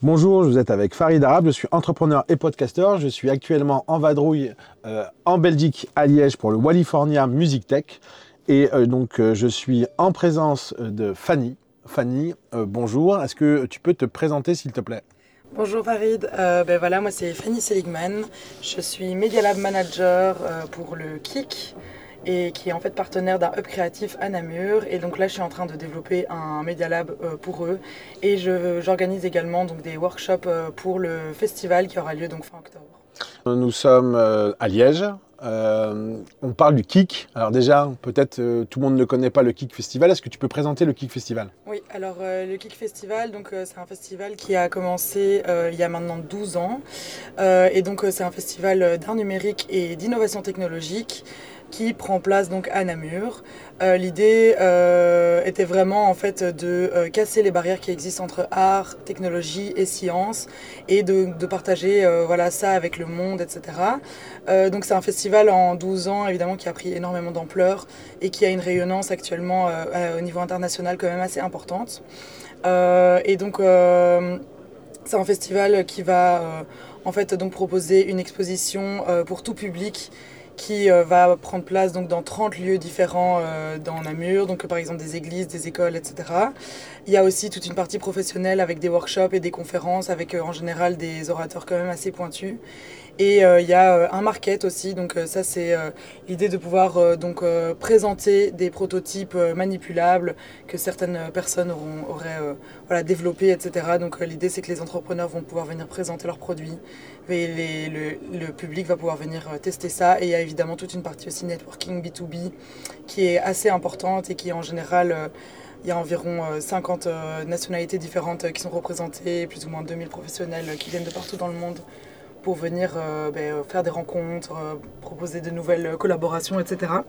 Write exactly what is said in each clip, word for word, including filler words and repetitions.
Bonjour, vous êtes avec Farid Arabe, je suis entrepreneur et podcasteur. Je suis actuellement en vadrouille euh, en Belgique, à Liège, pour le Wallifornia Music Tech. Et euh, donc, euh, je suis en présence de Fanny. Fanny, euh, bonjour. Est-ce que tu peux te présenter, s'il te plaît? Bonjour Farid, euh, ben voilà, moi c'est Fanny Seligman, je suis Media Lab Manager euh, pour le Kik et qui est en fait partenaire d'un hub créatif à Namur, et donc là je suis en train de développer un Media Lab euh, pour eux, et je, j'organise également donc des workshops euh, pour le festival qui aura lieu donc fin octobre. Nous sommes euh, à Liège. Euh, on parle du Kik. Alors déjà, peut-être euh, tout le monde ne connaît pas le Kik Festival. Est-ce que tu peux présenter le Kik Festival? Oui, alors euh, le Kik Festival, donc euh, c'est un festival qui a commencé euh, il y a maintenant douze ans, euh, et donc euh, c'est un festival d'art numérique et d'innovation technologique qui prend place donc à Namur. Euh, l'idée euh, était vraiment en fait de euh, casser les barrières qui existent entre art, technologie et science, et de, de partager euh, voilà ça avec le monde, et cetera. Euh, donc c'est un festival en douze ans évidemment qui a pris énormément d'ampleur et qui a une rayonnance actuellement euh, au niveau international quand même assez importante. Euh, et donc euh, c'est un festival qui va euh, en fait donc proposer une exposition euh, pour tout public qui euh, va prendre place donc dans trente lieux différents euh, dans Namur, donc par exemple des églises, des écoles, et cetera. Il y a aussi toute une partie professionnelle avec des workshops et des conférences avec euh, en général des orateurs quand même assez pointus. Et euh, il y a euh, un market aussi, donc euh, ça c'est euh, l'idée de pouvoir euh, donc euh, présenter des prototypes euh, manipulables que certaines personnes auront, auraient euh, voilà, développés, et cetera. Donc euh, l'idée c'est que les entrepreneurs vont pouvoir venir présenter leurs produits et les, le, le public va pouvoir venir euh, tester ça. Et il y a évidemment toute une partie aussi networking B deux B qui est assez importante et qui en général... Euh, il y a environ cinquante nationalités différentes qui sont représentées, plus ou moins deux mille professionnels qui viennent de partout dans le monde pour venir euh, ben, faire des rencontres, euh, proposer de nouvelles collaborations, et cetera.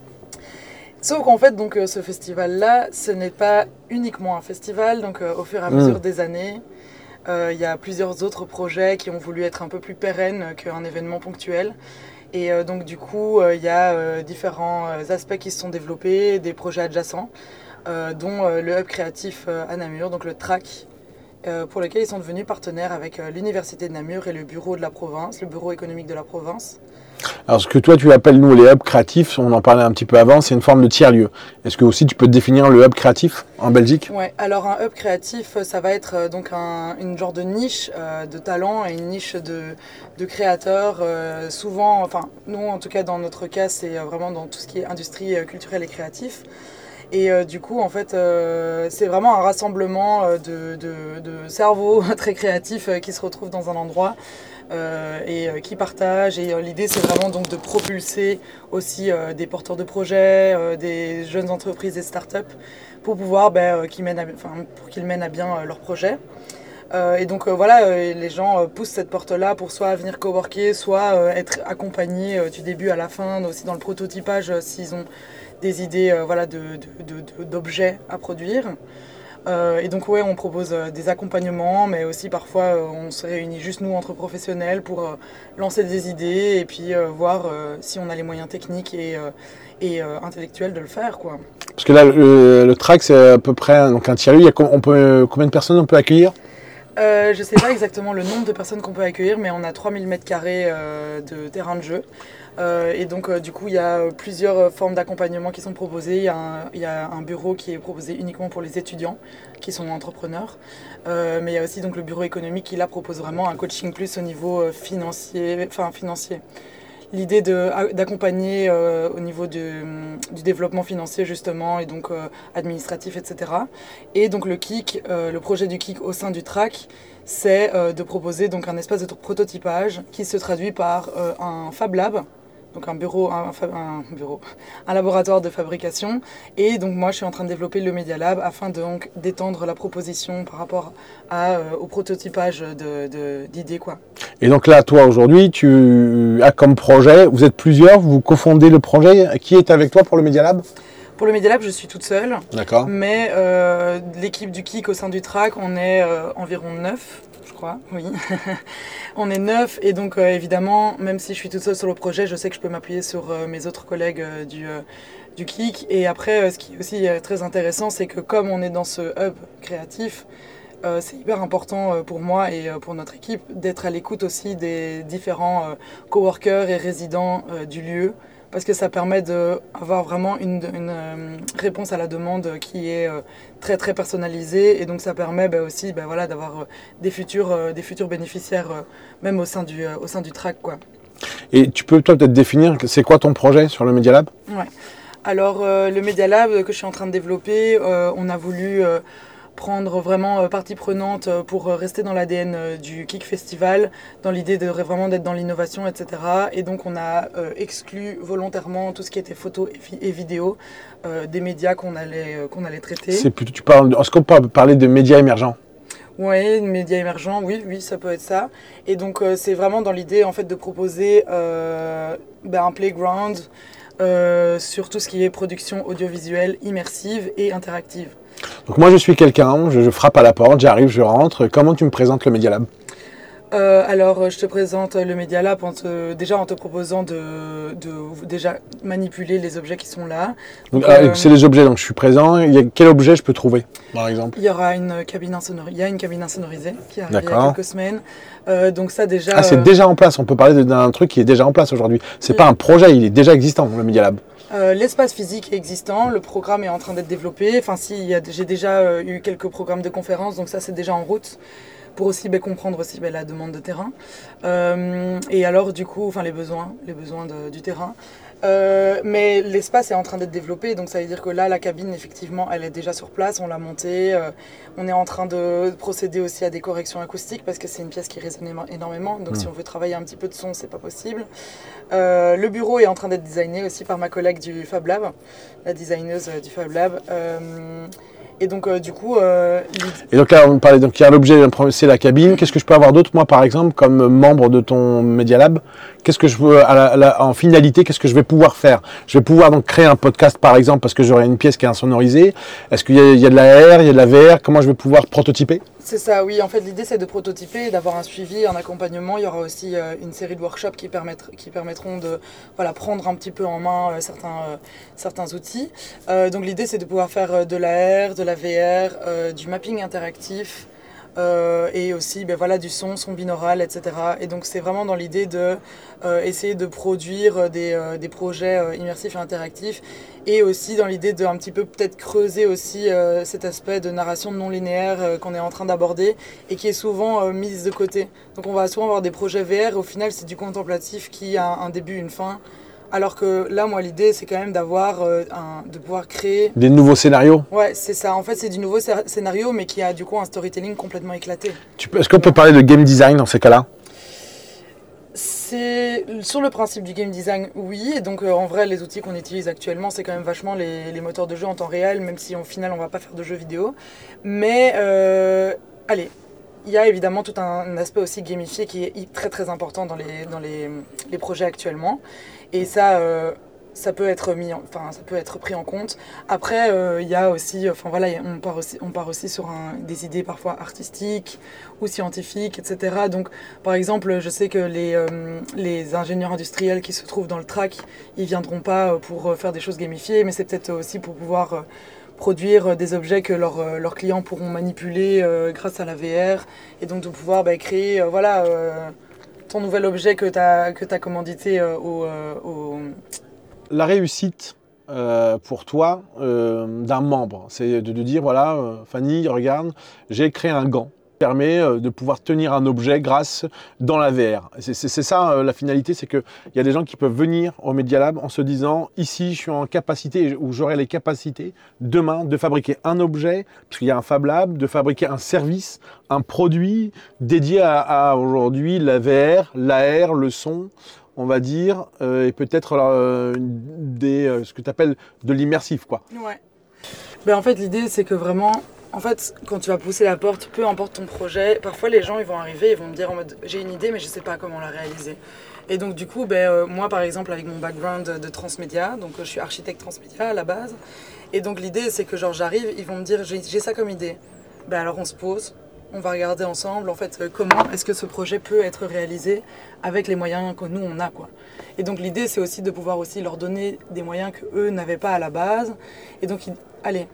Sauf qu'en fait, donc, ce festival-là, ce n'est pas uniquement un festival. Donc, euh, au fur et à mesure mmh. des années, euh, il y a plusieurs autres projets qui ont voulu être un peu plus pérennes qu'un événement ponctuel. Et euh, donc, du coup, il euh, y a euh, différents aspects qui se sont développés, des projets adjacents, euh, dont euh, le hub créatif euh, à Namur, donc le TRAC, euh, pour lequel ils sont devenus partenaires avec euh, l'Université de Namur et le bureau de la province, le bureau économique de la province. Alors, ce que toi tu appelles, nous, les hubs créatifs, on en parlait un petit peu avant, c'est une forme de tiers-lieu. Est-ce que aussi tu peux définir le hub créatif en Belgique? Ouais, alors un hub créatif, ça va être euh, donc un, une genre de niche euh, de talent et une niche de, de créateurs. Euh, souvent, enfin, nous en tout cas dans notre cas, c'est vraiment dans tout ce qui est industrie euh, culturelle et créatif. Et euh, du coup, en fait, euh, c'est vraiment un rassemblement euh, de, de, de cerveaux très créatifs euh, qui se retrouvent dans un endroit euh, et euh, qui partagent. Et euh, l'idée, c'est vraiment donc de propulser aussi euh, des porteurs de projets, euh, des jeunes entreprises et startups pour pouvoir ben, euh, qu'ils mènent à, enfin, pour qu'ils mènent à bien euh, leurs projets. Euh, et donc euh, voilà, euh, les gens euh, poussent cette porte-là pour soit venir coworker, soit euh, être accompagnés euh, du début à la fin, aussi dans le prototypage euh, s'ils ont des idées euh, voilà, de, de, de, d'objets à produire. Euh, et donc ouais, on propose euh, des accompagnements, mais aussi parfois euh, on se réunit juste nous entre professionnels pour euh, lancer des idées et puis euh, voir euh, si on a les moyens techniques et, euh, et euh, intellectuels de le faire, quoi. Parce que là, le, le track, c'est à peu près donc un tiers-lieu. Il y a on peut, combien de personnes on peut accueillir? Euh, je ne sais pas exactement le nombre de personnes qu'on peut accueillir, mais on a trois mille mètres carrés euh, de terrain de jeu. Euh, et donc, euh, du coup, il y a plusieurs formes d'accompagnement qui sont proposées. Il y a un, il y a un bureau qui est proposé uniquement pour les étudiants qui sont entrepreneurs. Euh, mais il y a aussi donc, le bureau économique qui, là, propose vraiment un coaching plus au niveau financier. Enfin, financier. L'idée de, d'accompagner euh, au niveau du, du développement financier justement et donc euh, administratif, et cetera. Et donc le Kik, euh, le projet du Kik au sein du TRAC, c'est euh, de proposer donc un espace de prototypage qui se traduit par euh, un Fab Lab, donc un bureau, un, un bureau, un laboratoire de fabrication. Et donc moi je suis en train de développer le Media Lab afin de, donc d'étendre la proposition par rapport à, euh, au prototypage de, de, d'idées, quoi. Et donc là, toi aujourd'hui, tu as comme projet, vous êtes plusieurs, vous cofondez le projet. Qui est avec toi pour le Media Lab? Pour le Media Lab, je suis toute seule. D'accord. Mais euh, l'équipe du Kik au sein du TRAC, on est euh, environ neuf, je crois, oui. On est neuf et donc euh, évidemment, même si je suis toute seule sur le projet, je sais que je peux m'appuyer sur euh, mes autres collègues euh, du, euh, du Kik. Et après, euh, ce qui est aussi euh, très intéressant, c'est que comme on est dans ce hub créatif, euh, c'est hyper important euh, pour moi et euh, pour notre équipe d'être à l'écoute aussi des différents euh, coworkers et résidents euh, du lieu, parce que ça permet d'avoir vraiment une, une euh, réponse à la demande qui est euh, très très personnalisée, et donc ça permet bah, aussi bah, voilà, d'avoir euh, des, futurs, euh, des futurs bénéficiaires euh, même au sein du, euh, au sein du track, quoi. Et tu peux toi peut-être définir, c'est quoi ton projet sur le Media Lab? Ouais. Alors euh, le Media Lab que je suis en train de développer, euh, on a voulu euh, prendre vraiment euh, partie prenante pour euh, rester dans l'A D N euh, du Kik Festival, dans l'idée de vraiment d'être dans l'innovation, et cetera. Et donc on a euh, exclu volontairement tout ce qui était photo et, vi- et vidéo euh, des médias qu'on allait, euh, qu'on allait traiter. C'est plutôt, tu parles, est-ce qu'on peut parler de médias émergents? Oui, médias émergents, oui, oui, ça peut être ça. Et donc euh, c'est vraiment dans l'idée en fait de proposer euh, ben, un playground euh, sur tout ce qui est production audiovisuelle immersive et interactive. Donc moi je suis quelqu'un, je, je frappe à la porte, j'arrive, je rentre. Comment tu me présentes le Media Lab? Euh, alors, je te présente le Media Lab en te, déjà en te proposant de, de déjà manipuler les objets qui sont là. Donc, Donc, ah, euh, c'est les objets, donc je suis présent. Il y a, quel objet je peux trouver, par exemple? il y aura une cabine insonorisée. Il y a une cabine insonorisée qui est arrivée il y a D'accord. quelques semaines. Euh, donc ça déjà. Ah, c'est euh, déjà en place. On peut parler d'un truc qui est déjà en place aujourd'hui. C'est pas un projet, il est déjà existant, le Media Lab. Euh, l'espace physique est existant, le programme est en train d'être développé. Enfin, si, il y a- j'ai déjà euh, eu quelques programmes de conférences, donc ça c'est déjà en route pour aussi ben, comprendre aussi ben, la demande de terrain. Euh, et alors du coup, enfin les besoins, les besoins de- du terrain. Euh, mais l'espace est en train d'être développé, donc ça veut dire que là, la cabine, effectivement, elle est déjà sur place, on l'a montée. Euh, on est en train de procéder aussi à des corrections acoustiques parce que c'est une pièce qui résonne éma- énormément. Donc Mmh. si on veut travailler un petit peu de son, c'est pas possible. Euh, le bureau est en train d'être designé aussi par ma collègue du Fab Lab, la designeuse euh, du Fab Lab. Euh, et donc, euh, du coup, euh, l'idée- Et donc là, on parlait, donc il y a l'objet, c'est la cabine. Qu'est-ce que je peux avoir d'autre, moi, par exemple, comme membre de ton Media Lab? Qu'est-ce que je veux, à la- à la- en finalité, qu'est-ce que je vais pouvoir faire? Je vais pouvoir donc créer un podcast, par exemple, parce que j'aurai une pièce qui est insonorisée. Est-ce qu'il y a, il y a de la R, il y a de la V R? Comment je vais pouvoir prototyper? c'est ça, oui. En fait, l'idée, c'est de prototyper, d'avoir un suivi, un accompagnement. Il y aura aussi euh, une série de workshops qui, permettre, qui permettront de voilà, prendre un petit peu en main euh, certains, euh, certains outils. Euh, donc, l'idée, c'est de pouvoir faire euh, de la R, de la V R, euh, du mapping interactif. Euh, et aussi ben voilà, du son, son binaural, et cetera. Et donc c'est vraiment dans l'idée de euh, essayer de produire des, euh, des projets euh, immersifs et interactifs, et aussi dans l'idée de un petit peu peut-être creuser aussi euh, cet aspect de narration non linéaire euh, qu'on est en train d'aborder et qui est souvent euh, mise de côté. Donc on va souvent avoir des projets V R et au final c'est du contemplatif qui a un début, une fin. Alors que là, moi, l'idée, c'est quand même d'avoir, euh, un, de pouvoir créer. Des nouveaux scénarios? Ouais, c'est ça. En fait, c'est du nouveau scé- scénario, mais qui a du coup un storytelling complètement éclaté. Tu peux- Est-ce qu'on peut parler de game design dans ces cas-là? C'est sur le principe du game design, oui. Et donc, euh, en vrai, les outils qu'on utilise actuellement, c'est quand même vachement les, les moteurs de jeu en temps réel, même si au final, on va pas faire de jeux vidéo. Mais, euh, allez. Il y a évidemment tout un, un aspect aussi gamifié qui est hy- très très important dans les, dans les, les projets actuellement. Et ça, euh, ça peut être mis, en- enfin, ça peut être pris en compte. Après, euh, il y a aussi, enfin voilà, y a- on part aussi, on part aussi sur un- des idées parfois artistiques ou scientifiques, et cetera. Donc, par exemple, je sais que les, euh, les ingénieurs industriels qui se trouvent dans le track, ils viendront pas euh, pour euh, faire des choses gamifiées, mais c'est peut-être aussi pour pouvoir euh, produire des objets que leurs, euh, leurs clients pourront manipuler euh, grâce à la V R, et donc de pouvoir bah, créer euh, voilà, euh, ton nouvel objet que tu as que t'as commandité euh, au, euh, au... La réussite euh, pour toi euh, d'un membre, c'est de, de dire, voilà, euh, Fanny, regarde, j'ai créé un gant qui permet euh, de pouvoir tenir un objet grâce dans la V R. C'est c'est- c'est ça euh, la finalité, c'est qu'il y a des gens qui peuvent venir au Media Lab en se disant, ici je suis en capacité, ou j'aurai les capacités demain de fabriquer un objet, puisqu'il y a un Fab Lab, de fabriquer un service, un produit dédié à, à aujourd'hui la V R, l'A R, le son, on va dire, euh, et peut-être euh, des, euh, ce que tu appelles de l'immersif, quoi. Ouais. Ben, en fait, l'idée, c'est que vraiment, en fait, quand tu vas pousser la porte, peu importe ton projet, parfois les gens ils vont arriver, ils vont me dire en mode j'ai une idée, mais je sais pas comment la réaliser. Et donc, du coup, ben, euh, moi, par exemple, avec mon background de transmédia, donc euh, je suis architecte transmédia à la base, et donc l'idée, c'est que genre j'arrive, ils vont me dire j'ai j'ai ça comme idée. Ben alors, on se pose. On va regarder ensemble en fait euh, comment est-ce que ce projet peut être réalisé avec les moyens que nous on a, quoi. Et donc l'idée c'est aussi de pouvoir aussi leur donner des moyens que eux n'avaient pas à la base. Et donc il- allez,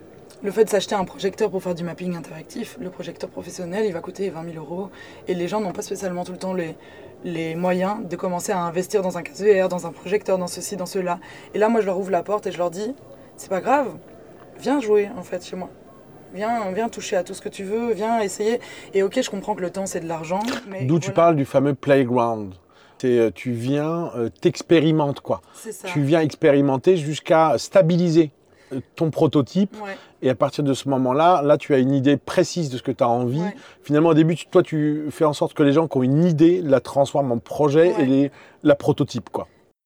le fait de s'acheter un projecteur pour faire du mapping interactif, le projecteur professionnel, il va coûter vingt mille euros. Et les gens n'ont pas spécialement tout le temps les, les moyens de commencer à investir dans un casque V R, dans un projecteur, dans ceci, dans cela. Et là, moi, je leur ouvre la porte et je leur dis, c'est pas grave, viens jouer en fait chez moi. Viens, viens toucher à tout ce que tu veux, viens essayer. Et ok, je comprends que le temps, c'est de l'argent. D'où voilà. Tu parles du fameux playground. C'est, tu viens, euh, t'expérimentes quoi. C'est ça. Tu viens expérimenter jusqu'à stabiliser ton prototype. Ouais. Et à partir de ce moment-là, là, tu as une idée précise de ce que tu as envie. Ouais. Finalement, au début, tu, toi, tu fais en sorte que les gens qui ont une idée la transforment en projet ouais. et les, la prototype, quoi.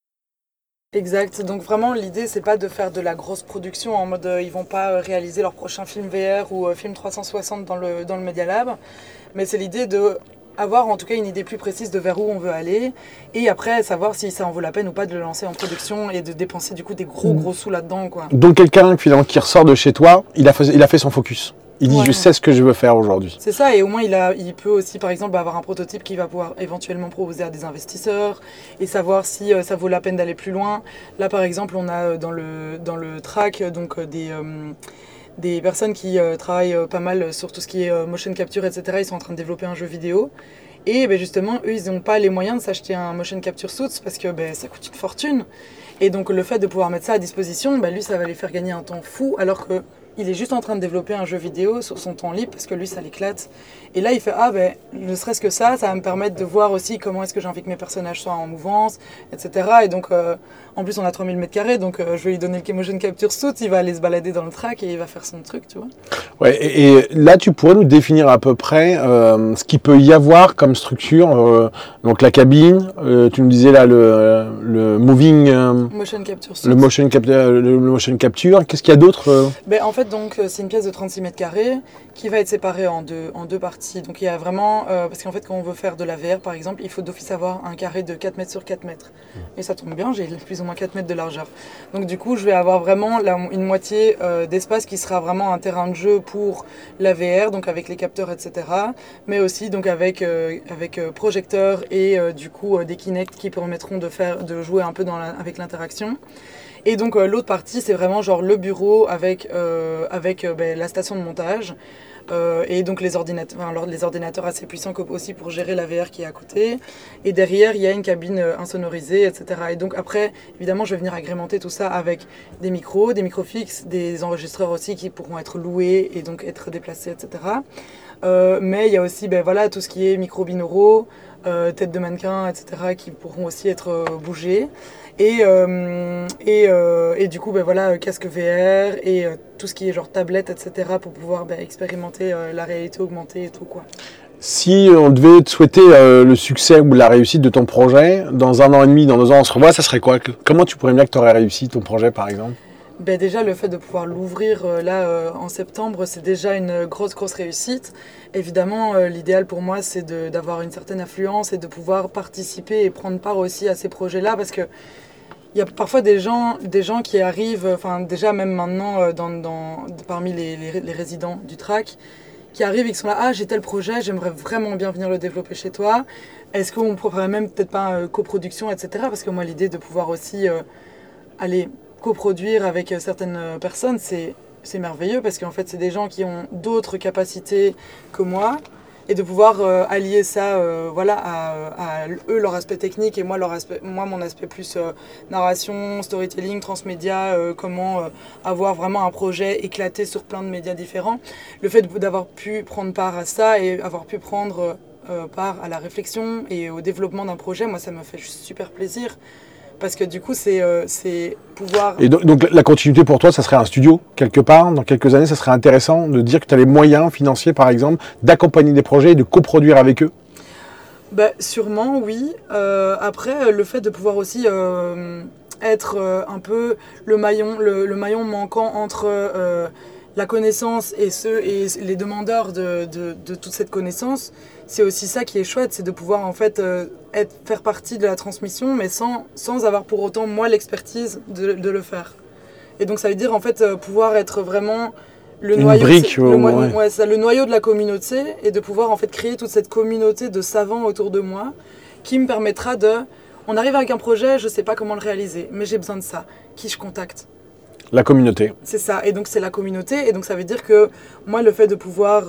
Exact. Donc vraiment, l'idée, c'est pas de faire de la grosse production en mode euh, ils vont pas euh, réaliser leur prochain film V R ou euh, film trois cent soixante dans le, dans le Media Lab. Mais c'est l'idée de avoir en tout cas une idée plus précise de vers où on veut aller et après savoir si ça en vaut la peine ou pas de le lancer en production et de dépenser du coup des gros gros sous là-dedans quoi. Donc quelqu'un finalement qui ressort de chez toi, il a fait, il a fait son focus. Il dit ouais. je sais ce que je veux faire aujourd'hui. C'est ça et au moins il, a, il peut aussi par exemple avoir un prototype qu'il va pouvoir éventuellement proposer à des investisseurs et savoir si euh, ça vaut la peine d'aller plus loin. Là par exemple on a dans le, dans le track donc des... Euh, des personnes qui euh, travaillent euh, pas mal sur tout ce qui est euh, motion capture, et cetera. Ils sont en train de développer un jeu vidéo. Et ben, justement, eux, ils n'ont pas les moyens de s'acheter un motion capture suit parce que ben, ça coûte une fortune. Et donc, le fait de pouvoir mettre ça à disposition, ben, lui, ça va les faire gagner un temps fou, alors qu'il est juste en train de développer un jeu vidéo sur son temps libre parce que lui, ça l'éclate. Et là, il fait « Ah, ben, ne serait-ce que ça, ça va me permettre de voir aussi comment est-ce que j'ai envie que mes personnages soient en mouvance, et cetera. » Et donc, euh, en plus, on a trois mille mètres carrés, donc euh, je vais lui donner le motion capture suit, il va aller se balader dans le track et il va faire son truc, tu vois. Ouais, et, et là, tu pourrais nous définir à peu près euh, ce qu'il peut y avoir comme structure. Euh, donc la cabine, euh, tu nous disais là le, le moving... Euh, motion capture suit. Le motion, cap- le, le motion capture. Qu'est-ce qu'il y a d'autre euh ben, en fait, donc, c'est une pièce de trente-six mètres carrés qui va être séparée en deux, en deux parties. Donc il y a vraiment... Euh, parce qu'en fait, quand on veut faire de la V R, par exemple, il faut d'office avoir un carré de quatre mètres sur quatre mètres. Et ça tombe bien, j'ai plus ou moins quatre mètres de largeur. Donc du coup, je vais avoir vraiment la, une moitié euh, d'espace qui sera vraiment un terrain de jeu pour la V R, donc avec les capteurs, et cetera. Mais aussi donc avec, euh, avec euh, projecteurs et euh, du coup euh, des Kinect qui permettront de, faire, de jouer un peu dans la, avec l'interaction. Et donc euh, l'autre partie, c'est vraiment genre le bureau avec, euh, avec euh, ben, la station de montage. Euh, et donc les ordinateurs, enfin, les ordinateurs assez puissants aussi pour gérer la V R qui est à côté. Et derrière, il y a une cabine insonorisée, et cetera. Et donc après, évidemment, je vais venir agrémenter tout ça avec des micros, des micros fixes, des enregistreurs aussi qui pourront être loués et donc être déplacés, et cetera. Euh, mais il y a aussi ben, voilà, tout ce qui est micros binauraux, euh, têtes de mannequin, et cetera qui pourront aussi être euh, bougés. Et, euh, et, euh, et du coup, ben voilà, casque V R et euh, tout ce qui est genre tablette, et cetera pour pouvoir ben, expérimenter euh, la réalité augmentée et tout quoi. Si on devait te souhaiter euh, le succès ou la réussite de ton projet, dans un an et demi, dans deux ans, on se revoit, ça serait quoi? Comment tu pourrais me dire que tu aurais réussi ton projet par exemple? Ben déjà, le fait de pouvoir l'ouvrir euh, là euh, en septembre, c'est déjà une grosse, grosse réussite. Évidemment, euh, l'idéal pour moi, c'est de, d'avoir une certaine affluence et de pouvoir participer et prendre part aussi à ces projets-là parce que il y a parfois des gens, des gens qui arrivent, enfin déjà même maintenant euh, dans, dans, parmi les, les, les résidents du track, qui arrivent et qui sont là, ah j'ai tel projet, j'aimerais vraiment bien venir le développer chez toi. Est-ce qu'on pourrait même peut-être pas euh, coproduction, et cetera. Parce que moi l'idée de pouvoir aussi euh, aller coproduire avec euh, certaines personnes, c'est, c'est merveilleux parce qu'en fait c'est des gens qui ont d'autres capacités que moi. Et de pouvoir euh, allier ça euh, voilà, à, à eux, leur aspect technique, et moi, leur aspect, moi mon aspect plus euh, narration, storytelling, transmédia, euh, comment euh, avoir vraiment un projet éclaté sur plein de médias différents. Le fait d'avoir pu prendre part à ça et avoir pu prendre euh, part à la réflexion et au développement d'un projet, moi, ça me fait juste super plaisir. Parce que du coup, c'est, euh, c'est pouvoir... Et donc, donc la continuité pour toi, ça serait un studio, quelque part, dans quelques années, ça serait intéressant de dire que tu as les moyens financiers, par exemple, d'accompagner des projets et de coproduire avec eux? Bah, sûrement, oui. Euh, après, le fait de pouvoir aussi euh, être euh, un peu le maillon, le, le maillon manquant entre euh, la connaissance et, ceux, et les demandeurs de, de, de toute cette connaissance, c'est aussi ça qui est chouette, c'est de pouvoir en fait euh, être, faire partie de la transmission, mais sans, sans avoir pour autant, moi, l'expertise de, de le faire. Et donc ça veut dire en fait euh, pouvoir être vraiment le Une noyau, brique, le, ouais, ouais, ouais. Ouais, ça, le noyau de la communauté et de pouvoir en fait créer toute cette communauté de savants autour de moi qui me permettra de... On arrive avec un projet, je ne sais pas comment le réaliser, mais j'ai besoin de ça. Qui je contacte? La communauté. C'est ça, et donc c'est la communauté, et donc ça veut dire que moi, le fait de pouvoir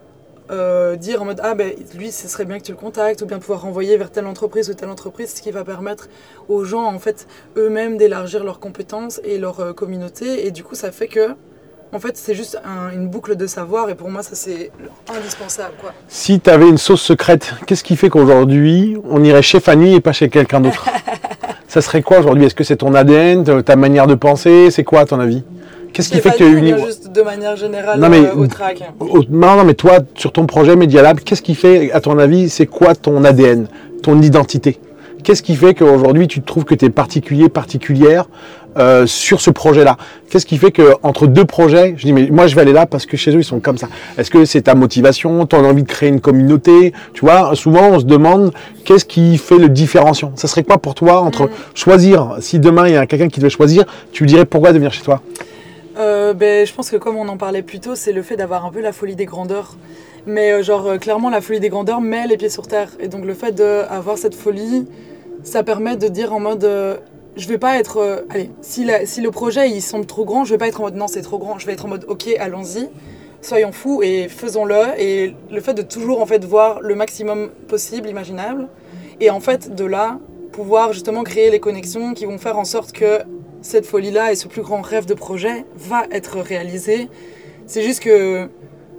euh, dire en mode ah ben lui, ce serait bien que tu le contactes, ou bien pouvoir renvoyer vers telle entreprise ou telle entreprise, ce qui va permettre aux gens en fait eux-mêmes d'élargir leurs compétences et leur euh, communauté, et du coup ça fait que en fait c'est juste un, une boucle de savoir, et pour moi ça c'est indispensable quoi. Si tu avais une sauce secrète, qu'est-ce qui fait qu'aujourd'hui on irait chez Fanny et pas chez quelqu'un d'autre? Ça serait quoi aujourd'hui? Est-ce que c'est ton A D N, ta manière de penser? C'est quoi à ton avis? Qu'est-ce qui fait que tu as une... une... juste de manière générale non, mais, euh, au track. Au... Non, non, mais toi, sur ton projet Media Lab, qu'est-ce qui fait, à ton avis, c'est quoi ton A D N, ton identité? Qu'est-ce qui fait qu'aujourd'hui, tu trouves que tu es particulier, particulière euh, sur ce projet-là? Qu'est-ce qui fait qu'entre deux projets, je dis, mais moi, je vais aller là parce que chez eux, ils sont comme ça. Est-ce que c'est ta motivation, ton envie de créer une communauté? Tu vois, souvent, on se demande qu'est-ce qui fait le différenciant. Ça serait quoi pour toi entre mmh. choisir, si demain, il y a quelqu'un qui devait choisir, tu lui dirais pourquoi de venir chez toi? euh, ben, Je pense que comme on en parlait plus tôt, c'est le fait d'avoir un peu la folie des grandeurs. Mais euh, genre, euh, clairement, la folie des grandeurs met les pieds sur terre. Et donc, le fait d'avoir cette folie, ça permet de dire en mode euh, je vais pas être euh, allez si, la, si le projet il semble trop grand, je vais pas être en mode non c'est trop grand, je vais être en mode ok allons-y, soyons fous et faisons-le. Et le fait de toujours en fait voir le maximum possible imaginable, et en fait de là pouvoir justement créer les connexions qui vont faire en sorte que cette folie là et ce plus grand rêve de projet va être réalisé. C'est juste que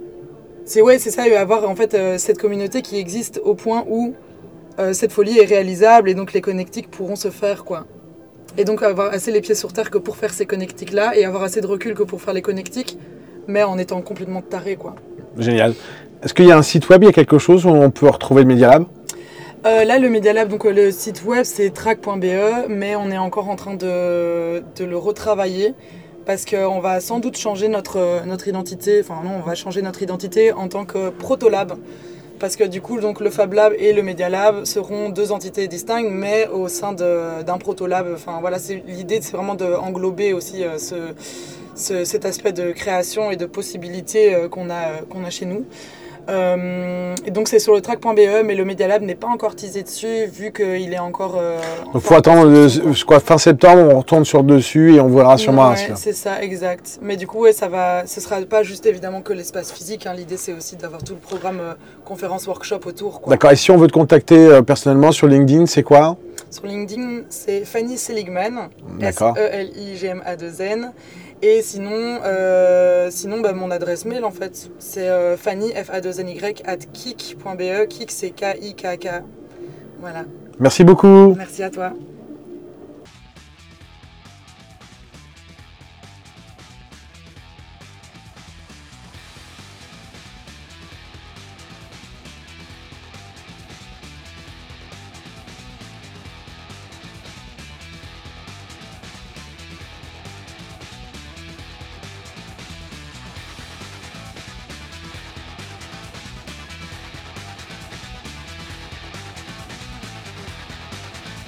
c'est ouais c'est ça, avoir en fait euh, cette communauté qui existe au point où Euh, cette folie est réalisable, et donc les connectiques pourront se faire quoi. Et donc avoir assez les pieds sur terre que pour faire ces connectiques là, et avoir assez de recul que pour faire les connectiques, mais en étant complètement taré quoi. Génial. Est-ce qu'il y a un site web, il y a quelque chose où on peut retrouver le Media Lab? euh, Là le Media Lab, donc euh, le site web c'est track point b e, mais on est encore en train de, de le retravailler parce qu'on va sans doute changer notre, notre identité, enfin non on va changer notre identité en tant que Protolab. Parce que du coup, donc, le Fab Lab et le Media Lab seront deux entités distinctes, mais au sein d'un Protolab. Enfin, voilà, l'idée, c'est vraiment d'englober aussi euh, ce, ce, cet aspect de création et de possibilités euh, qu'on a, euh, qu'on a chez nous. Euh, et donc c'est sur le track point b e, mais le Media Lab n'est pas encore teasé dessus vu qu'il est encore. Euh, donc il faut attendre le, quoi, fin septembre, on retourne sur dessus et on verra sûrement. Ouais, c'est ça, exact. Mais du coup, ouais, ça va. Ce sera pas juste évidemment que l'espace physique. Hein. L'idée c'est aussi d'avoir tout le programme euh, conférence workshop autour. D'accord. Et si on veut te contacter euh, personnellement sur LinkedIn, c'est quoi? Sur LinkedIn, c'est Fanny Seligman. S E L I G M A deux N. Et sinon, euh, sinon bah, mon adresse mail, en fait, c'est euh, Fanny, F A deux N Y, at kik point b e. Kik, c'est K I K K. Voilà. Merci beaucoup. Merci à toi.